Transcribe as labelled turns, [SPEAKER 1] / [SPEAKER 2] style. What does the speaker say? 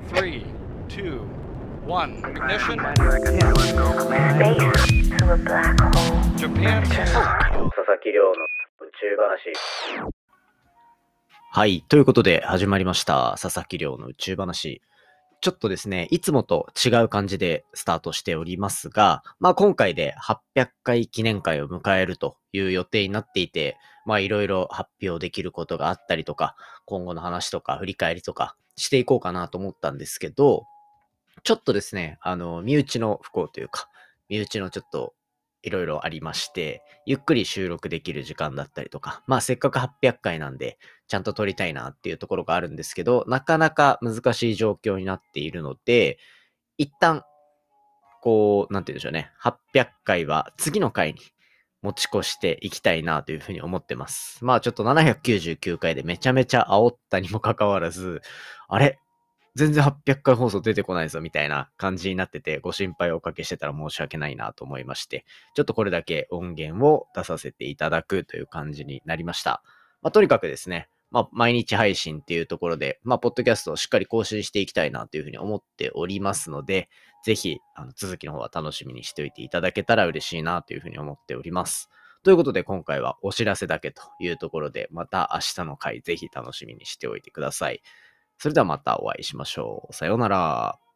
[SPEAKER 1] 3, 2, 1, ignition.
[SPEAKER 2] Space to a black hole.
[SPEAKER 1] Japan.
[SPEAKER 3] 佐々木亮の宇宙話。
[SPEAKER 4] はい。ということで始まりました。佐々木亮の宇宙話。ちょっとですね、いつもと違う感じでスタートしておりますが、今回で800回記念会を迎えるという予定になっていて、いろいろ発表できることがあったりとか、今後の話とか振り返りとかしていこうかなと思ったんですけど、ちょっとですね、身内の不幸というか、身内のちょっといろいろありまして、ゆっくり収録できる時間だったりとか、せっかく800回なんで、ちゃんと撮りたいなっていうところがあるんですけど、なかなか難しい状況になっているので、一旦、なんて言うんでしょうね、800回は次の回に持ち越していきたいなというふうに思ってます。ちょっと799回でめちゃめちゃ煽ったにもかかわらず、あれ全然800回放送出てこないぞみたいな感じになってて、ご心配をおかけしてたら申し訳ないなと思いまして、ちょっとこれだけ音源を出させていただくという感じになりました。とにかくですね、毎日配信っていうところで、ポッドキャストをしっかり更新していきたいなというふうに思っておりますので、ぜひ、続きの方は楽しみにしておいていただけたら嬉しいなというふうに思っております。ということで今回はお知らせだけというところで、また明日の回ぜひ楽しみにしておいてください。それではまたお会いしましょう。さようなら。